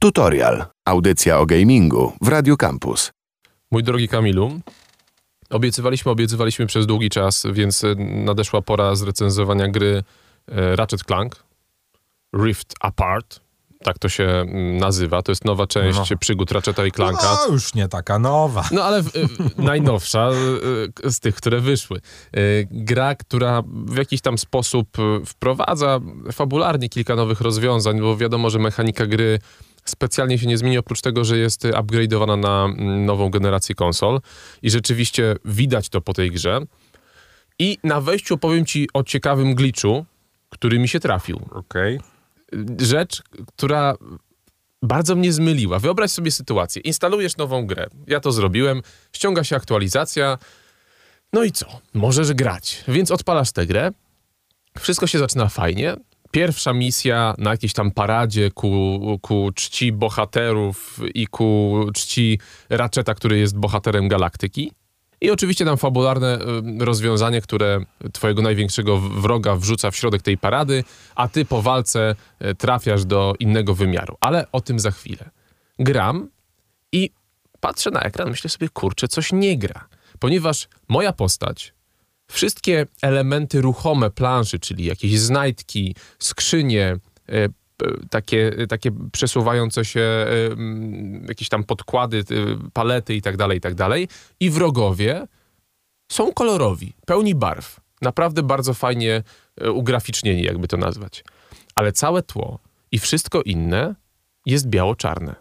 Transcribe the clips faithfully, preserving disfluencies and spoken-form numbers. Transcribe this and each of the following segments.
Tutorial. Audycja o gamingu w Radiu Campus. Mój drogi Kamilu, obiecywaliśmy, obiecywaliśmy przez długi czas, więc nadeszła pora zrecenzowania gry Ratchet and Clank Rift Apart. Tak to się nazywa. To jest nowa część no. przygód Ratcheta i Clanka. No, już nie taka nowa. No, ale w, w, najnowsza z tych, które wyszły. Gra, która w jakiś tam sposób wprowadza fabularnie kilka nowych rozwiązań, bo wiadomo, że mechanika gry specjalnie się nie zmieni, oprócz tego, że jest upgrade'owana na nową generację konsol. I rzeczywiście widać to po tej grze. I na wejściu opowiem ci o ciekawym glitchu, który mi się trafił. Okej. Okay. Rzecz, która bardzo mnie zmyliła. Wyobraź sobie sytuację. Instalujesz nową grę. Ja to zrobiłem. Ściąga się aktualizacja. No i co? Możesz grać. Więc odpalasz tę grę. Wszystko się zaczyna fajnie. Pierwsza misja na jakiejś tam paradzie ku, ku czci bohaterów i ku czci Ratcheta, który jest bohaterem galaktyki. I oczywiście tam fabularne y, rozwiązanie, które twojego największego wroga wrzuca w środek tej parady, a ty po walce y, trafiasz do innego wymiaru. Ale o tym za chwilę. Gram i patrzę na ekran, myślę sobie, kurczę, coś nie gra. Ponieważ moja postać, wszystkie elementy ruchome planszy, czyli jakieś znajdki, skrzynie, y, Takie, takie przesuwające się y, jakieś tam podkłady, y, palety i tak dalej, i tak dalej. I wrogowie są kolorowi, pełni barw. Naprawdę bardzo fajnie y, ugraficznieni, jakby to nazwać. Ale całe tło i wszystko inne jest biało-czarne.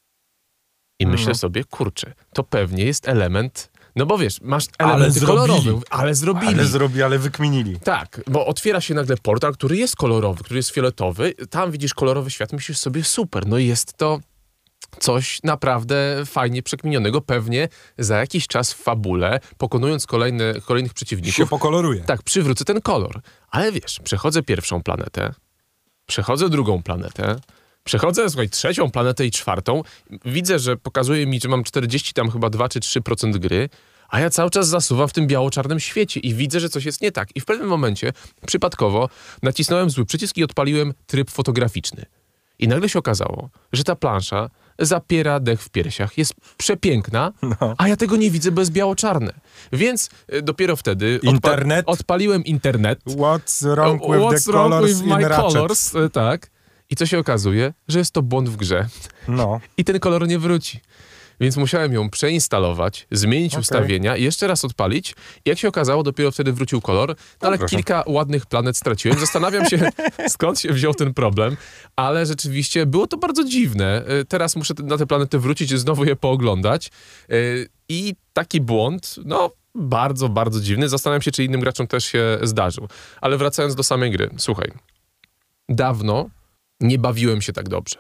I myślę no. sobie, kurczę, to pewnie jest element... No bo wiesz, masz elementy ale kolorowe, ale zrobili. Ale zrobili, ale wykminili. Tak, bo otwiera się nagle portal, który jest kolorowy, który jest fioletowy. Tam widzisz kolorowy świat, myślisz sobie, super, no jest to coś naprawdę fajnie przekminionego. Pewnie za jakiś czas w fabule, pokonując kolejne, kolejnych przeciwników... się pokoloruje. Tak, przywrócę ten kolor. Ale wiesz, przechodzę pierwszą planetę, przechodzę drugą planetę, Przechodzę, słuchaj, trzecią planetę i czwartą. Widzę, że pokazuje mi, że mam czterdzieści tam chyba dwa czy trzy procent gry, a ja cały czas zasuwam w tym biało-czarnym świecie i widzę, że coś jest nie tak. I w pewnym momencie, przypadkowo, nacisnąłem zły przycisk i odpaliłem tryb fotograficzny. I nagle się okazało, że ta plansza zapiera dech w piersiach. Jest przepiękna, no. a ja tego nie widzę, bo jest biało-czarne. Więc y, dopiero wtedy internet? Odpa- odpaliłem internet. What's wrong with What's the wrong colors with my in colors? Y, tak. I co się okazuje? Że jest to błąd w grze. No. I ten kolor nie wróci. Więc musiałem ją przeinstalować, zmienić okay. ustawienia i jeszcze raz odpalić. I jak się okazało, dopiero wtedy wrócił kolor. No ale proszę. Kilka ładnych planet straciłem. Zastanawiam się, skąd się wziął ten problem. Ale rzeczywiście było to bardzo dziwne. Teraz muszę na te planety wrócić i znowu je pooglądać. I taki błąd, no bardzo, bardzo dziwny. Zastanawiam się, czy innym graczom też się zdarzył. Ale wracając do samej gry. Słuchaj. Dawno nie bawiłem się tak dobrze.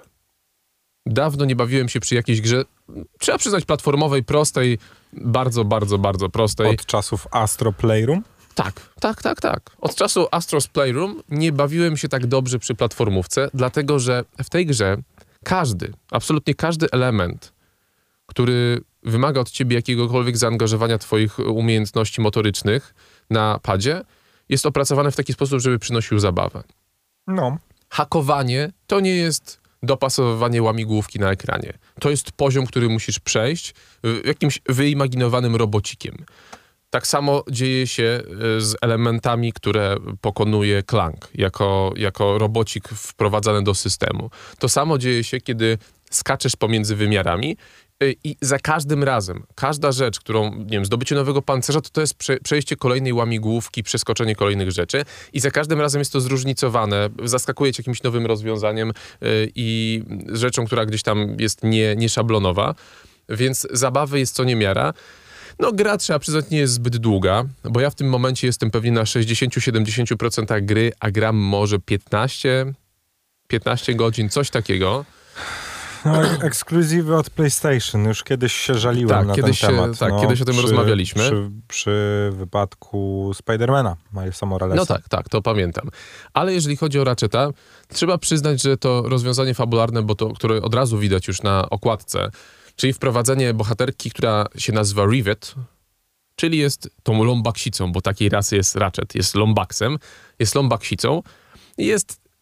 Dawno nie bawiłem się przy jakiejś grze, trzeba przyznać, platformowej, prostej, bardzo, bardzo, bardzo prostej. Od czasów Astro Playroom? Tak, tak, tak, tak. Od czasu Astro's Playroom nie bawiłem się tak dobrze przy platformówce, dlatego że w tej grze każdy, absolutnie każdy element, który wymaga od ciebie jakiegokolwiek zaangażowania twoich umiejętności motorycznych na padzie, jest opracowany w taki sposób, żeby przynosił zabawę. No. Hakowanie to nie jest dopasowywanie łamigłówki na ekranie. To jest poziom, który musisz przejść jakimś wyimaginowanym robocikiem. Tak samo dzieje się z elementami, które pokonuje Clank jako, jako robocik wprowadzany do systemu. To samo dzieje się, kiedy skaczesz pomiędzy wymiarami i za każdym razem, każda rzecz, którą, nie wiem, zdobycie nowego pancerza, to to jest prze, przejście kolejnej łamigłówki, przeskoczenie kolejnych rzeczy i za każdym razem jest to zróżnicowane, zaskakuje cię jakimś nowym rozwiązaniem yy, i rzeczą, która gdzieś tam jest nie, nie szablonowa, więc zabawy jest co niemiara. No gra, trzeba przyznać, nie jest zbyt długa, bo ja w tym momencie jestem pewnie na sześćdziesiąt do siedemdziesięciu procent gry, a gram może piętnaście, piętnaście godzin, coś takiego. No, ekskluzywy od PlayStation. Już kiedyś się żaliłem tak, na kiedyś ten się, temat. Tak, no, kiedyś o tym przy, rozmawialiśmy. Przy, przy wypadku Spidermana, Milesa Moralesa. No tak, tak, to pamiętam. Ale jeżeli chodzi o Ratcheta, trzeba przyznać, że to rozwiązanie fabularne, bo to, które od razu widać już na okładce, czyli wprowadzenie bohaterki, która się nazywa Rivet, czyli jest tą lombaksicą, bo takiej rasy jest Ratchet, jest lombaksem, jest lombaksicą i jest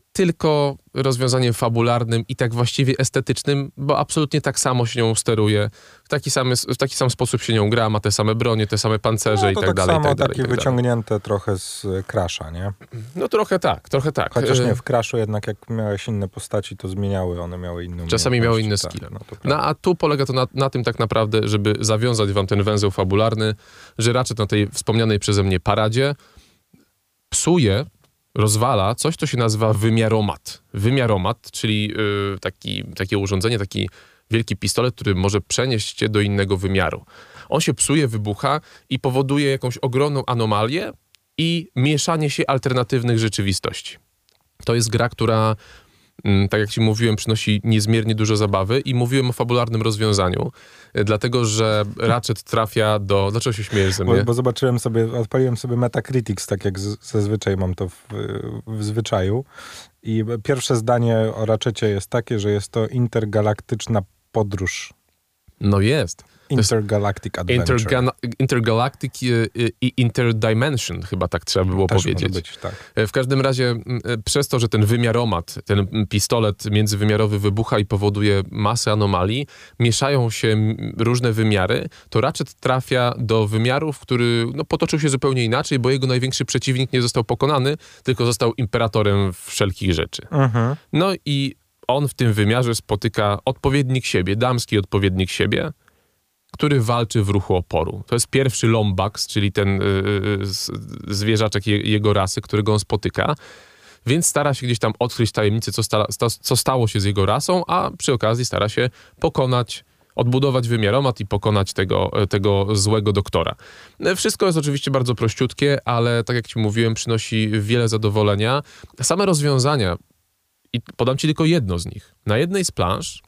tylko rozwiązaniem fabularnym i tak właściwie estetycznym, bo absolutnie tak samo się nią steruje, w taki, samy, w taki sam sposób się nią gra, ma te same bronie, te same pancerze no, i to tak, tak dalej. samo, i tak dalej, takie i tak wyciągnięte dalej. Trochę z Crasha, nie? No trochę tak, trochę tak. Chociaż nie, w Crashu jednak jak miałeś inne postaci, to zmieniały, one miały inne Czasami miały inne tak, skille. no, no a tu polega to na, na tym tak naprawdę, żeby zawiązać wam ten węzeł fabularny, że Ratchet na tej wspomnianej przeze mnie paradzie psuje, rozwala coś, co się nazywa wymiaromat. Wymiaromat, czyli yy, taki, takie urządzenie, taki wielki pistolet, który może przenieść cię do innego wymiaru. On się psuje, wybucha i powoduje jakąś ogromną anomalię i mieszanie się alternatywnych rzeczywistości. To jest gra, która, mm, tak jak ci mówiłem, przynosi niezmiernie dużo zabawy i mówiłem o fabularnym rozwiązaniu, y, dlatego, że Ratchet trafia do... Dlaczego się śmiejesz ze mnie? Bo, bo zobaczyłem sobie, odpaliłem sobie Metacritics, tak jak z, zazwyczaj mam to w, w zwyczaju. I pierwsze zdanie o Ratchetie jest takie, że jest to intergalaktyczna podróż. No jest. Intergalactic Adventure. Interga- intergalactic i interdimension, chyba tak trzeba by było Też powiedzieć. może być, tak. W każdym razie przez to, że ten wymiaromat, ten pistolet międzywymiarowy wybucha i powoduje masę anomalii, mieszają się różne wymiary, to Ratchet trafia do wymiarów, który no, potoczył się zupełnie inaczej, bo jego największy przeciwnik nie został pokonany, tylko został imperatorem wszelkich rzeczy. Mhm. No i on w tym wymiarze spotyka odpowiednik siebie, damski odpowiednik siebie, który walczy w ruchu oporu. To jest pierwszy Lombax, czyli ten yy, zwierzaczek je, jego rasy, którego on spotyka, więc stara się gdzieś tam odkryć tajemnicę, co, sta, sta, co stało się z jego rasą, a przy okazji stara się pokonać, odbudować wymiaromat i pokonać tego, tego złego doktora. Wszystko jest oczywiście bardzo prościutkie, ale tak jak ci mówiłem, przynosi wiele zadowolenia. Same rozwiązania, i podam ci tylko jedno z nich. Na jednej z planż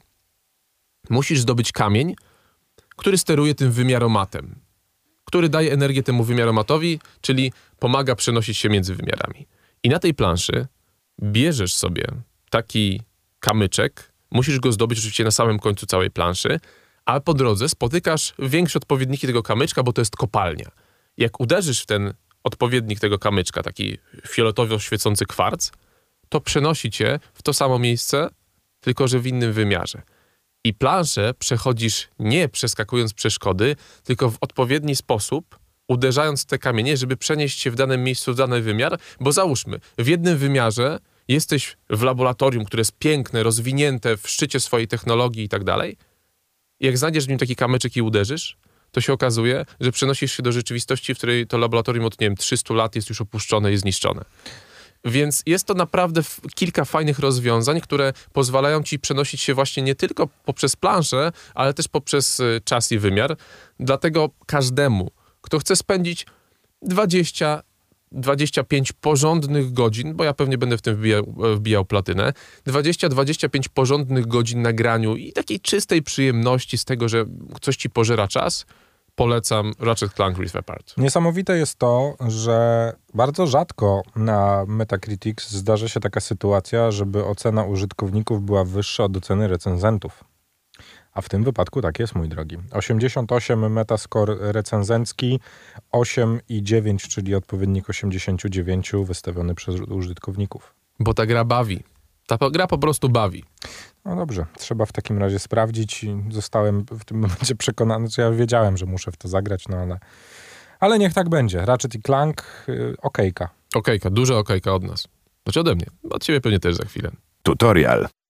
musisz zdobyć kamień, który steruje tym wymiaromatem, który daje energię temu wymiaromatowi, czyli pomaga przenosić się między wymiarami. I na tej planszy bierzesz sobie taki kamyczek, musisz go zdobyć oczywiście na samym końcu całej planszy, a po drodze spotykasz większe odpowiedniki tego kamyczka, bo to jest kopalnia. Jak uderzysz w ten odpowiednik tego kamyczka, taki fioletowo świecący kwarc, to przenosi cię w to samo miejsce, tylko że w innym wymiarze. I planszę przechodzisz nie przeskakując przeszkody, tylko w odpowiedni sposób, uderzając w te kamienie, żeby przenieść się w danym miejscu, w dany wymiar, bo załóżmy, w jednym wymiarze jesteś w laboratorium, które jest piękne, rozwinięte, w szczycie swojej technologii i tak dalej. Jak znajdziesz w nim taki kamyczek i uderzysz, to się okazuje, że przenosisz się do rzeczywistości, w której to laboratorium od, nie wiem, trzystu lat jest już opuszczone i zniszczone. Więc jest to naprawdę f- kilka fajnych rozwiązań, które pozwalają ci przenosić się właśnie nie tylko poprzez planszę, ale też poprzez y, czas i wymiar. Dlatego każdemu, kto chce spędzić dwadzieścia dwadzieścia pięć porządnych godzin, bo ja pewnie będę w tym wbijał, wbijał platynę, dwadzieścia dwadzieścia pięć porządnych godzin na graniu i takiej czystej przyjemności z tego, że coś ci pożera czas, polecam Ratchet Clank Rift Apart. Niesamowite jest to, że bardzo rzadko na Metacritics zdarza się taka sytuacja, żeby ocena użytkowników była wyższa od oceny recenzentów. A w tym wypadku tak jest, mój drogi. osiemdziesiąt osiem metascore recenzencki, osiem i dziewięć, czyli odpowiednik osiemdziesiąt dziewięć wystawiony przez użytkowników. Bo ta gra bawi. Ta gra po prostu bawi. No dobrze, trzeba w takim razie sprawdzić i zostałem w tym momencie przekonany, że ja wiedziałem, że muszę w to zagrać, no ale, ale niech tak będzie. Ratchet i Clank, yy, okejka. Okejka, duża okejka od nas. Znaczy ode mnie, od ciebie pewnie też za chwilę. Tutorial.